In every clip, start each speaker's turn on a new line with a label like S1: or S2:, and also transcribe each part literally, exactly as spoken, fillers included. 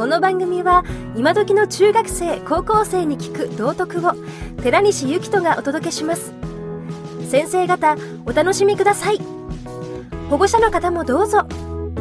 S1: この番組は今時の中学生高校生に聞く道徳を寺西幸人がお届けします。先生方お楽しみください。保護者の方もどうぞ。
S2: あ、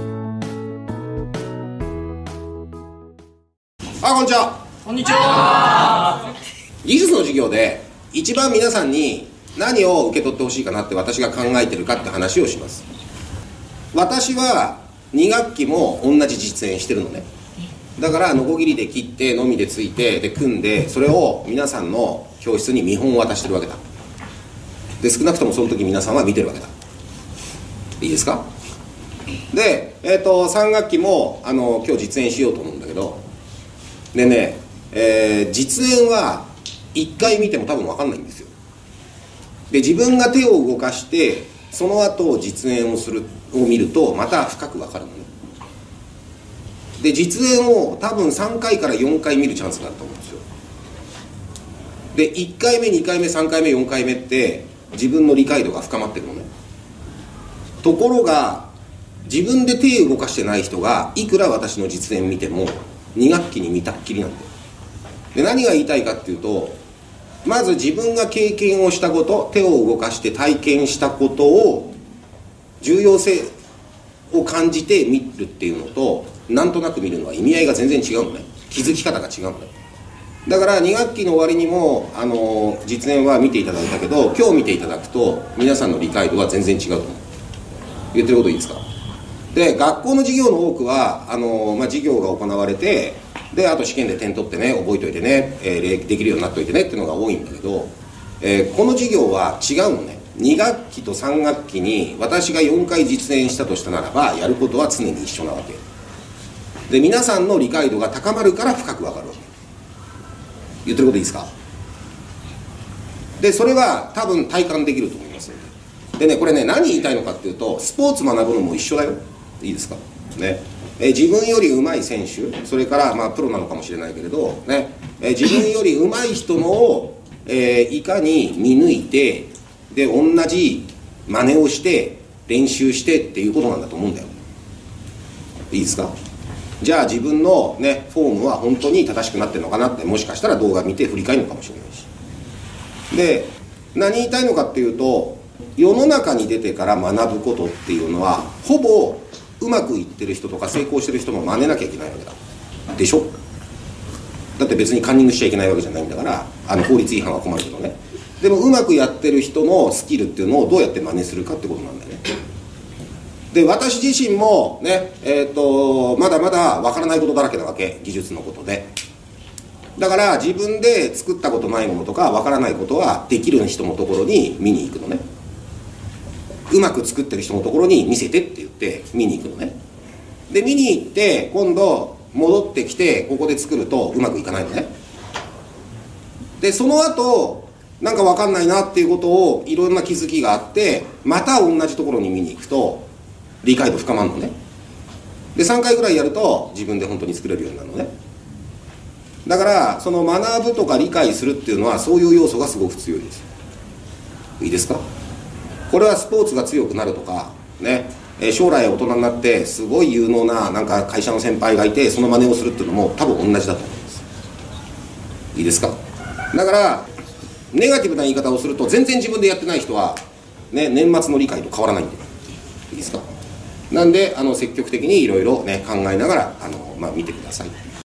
S2: こんにちは。
S3: こんにちは。
S2: 技術の授業で一番皆さんに何を受け取ってほしいかなって私が考えてるかって話をします。私はに学期も同じ実演してるのね。だからノコギリで切ってのみでついてで組んで、それを皆さんの教室に見本を渡してるわけだ。で少なくともその時皆さんは見てるわけだ。いいですか。で、えー、とさん学期もあの今日実演しようと思うんだけど、でね、えー、実演はいっかい見ても多分分かんないんですよ。で自分が手を動かしてその後実演をするを見るとまた深く分かるのね。で実演を多分さんかいからよんかい見るチャンスがあると思うんですよ。でいっかいめにかいめさんかいめよんかいめって自分の理解度が深まってるのね。ところが自分で手を動かしてない人がいくら私の実演見てもに学期に見たっきりなんだよ。で何が言いたいかっていうと、まず自分が経験をしたこと、手を動かして体験したことを重要性を感じて見るっていうのと、なんとなく見るのは意味合いが全然違うのね。気づき方が違うのね。だからに学期の終わりにもあの実演は見ていただいたけど、今日見ていただくと皆さんの理解度は全然違うと思う。言ってることいいですか。で学校の授業の多くはあの、まあ、授業が行われて、であと試験で点取ってね、覚えといてね、えー、できるようになっといてねっていうのが多いんだけど、えー、この授業は違うのね。に学期とさん学期に私がよんかい実演したとしたならば、やることは常に一緒なわけで、皆さんの理解度が高まるから深く分かるわけ。言ってることいいですか。でそれは多分体感できると思います。でね、これね、何言いたいのかっていうと、スポーツ学ぶのも一緒だよ。いいですかね。え自分より上手い選手、それからまあプロなのかもしれないけれど、ね、え自分より上手い人のを、えー、いかに見抜いて、で同じ真似をして練習してっていうことなんだと思うんだよ。いいですか。じゃあ自分の、ね、フォームは本当に正しくなってるのかなって、もしかしたら動画見て振り返るのかもしれないし。で何言いたいのかっていうと、世の中に出てから学ぶことっていうのはほぼうまくいってる人とか成功してる人も真似なきゃいけないわけだでしょ。だって別にカンニングしちゃいけないわけじゃないんだから、あの法律違反は困るけどね。でもうまくやってる人のスキルっていうのをどうやって真似するかってことなんだよね。で私自身もね、えー、とまだまだわからないことだらけなわけ、技術のことで。だから自分で作ったことないものとかわからないことはできる人のところに見に行くのね。うまく作ってる人のところに見せてって言って見に行くのね。で見に行って今度戻ってきてここで作るとうまくいかないのね。でその後なんか分かんないなっていうことをいろんな気づきがあって、また同じところに見に行くと理解度深まるのね。でさんかいぐらいやると自分で本当に作れるようになるのね。だからその学ぶとか理解するっていうのはそういう要素がすごく強いです。いいですか。これはスポーツが強くなるとかね、将来大人になってすごい有能ななんか会社の先輩がいてその真似をするっていうのも多分同じだと思います。いいですか。だからネガティブな言い方をすると、全然自分でやってない人は、ね、年末の理解と変わらないんで、いいですか。なんであの積極的にいろいろね考えながらあの、まあ、見てください。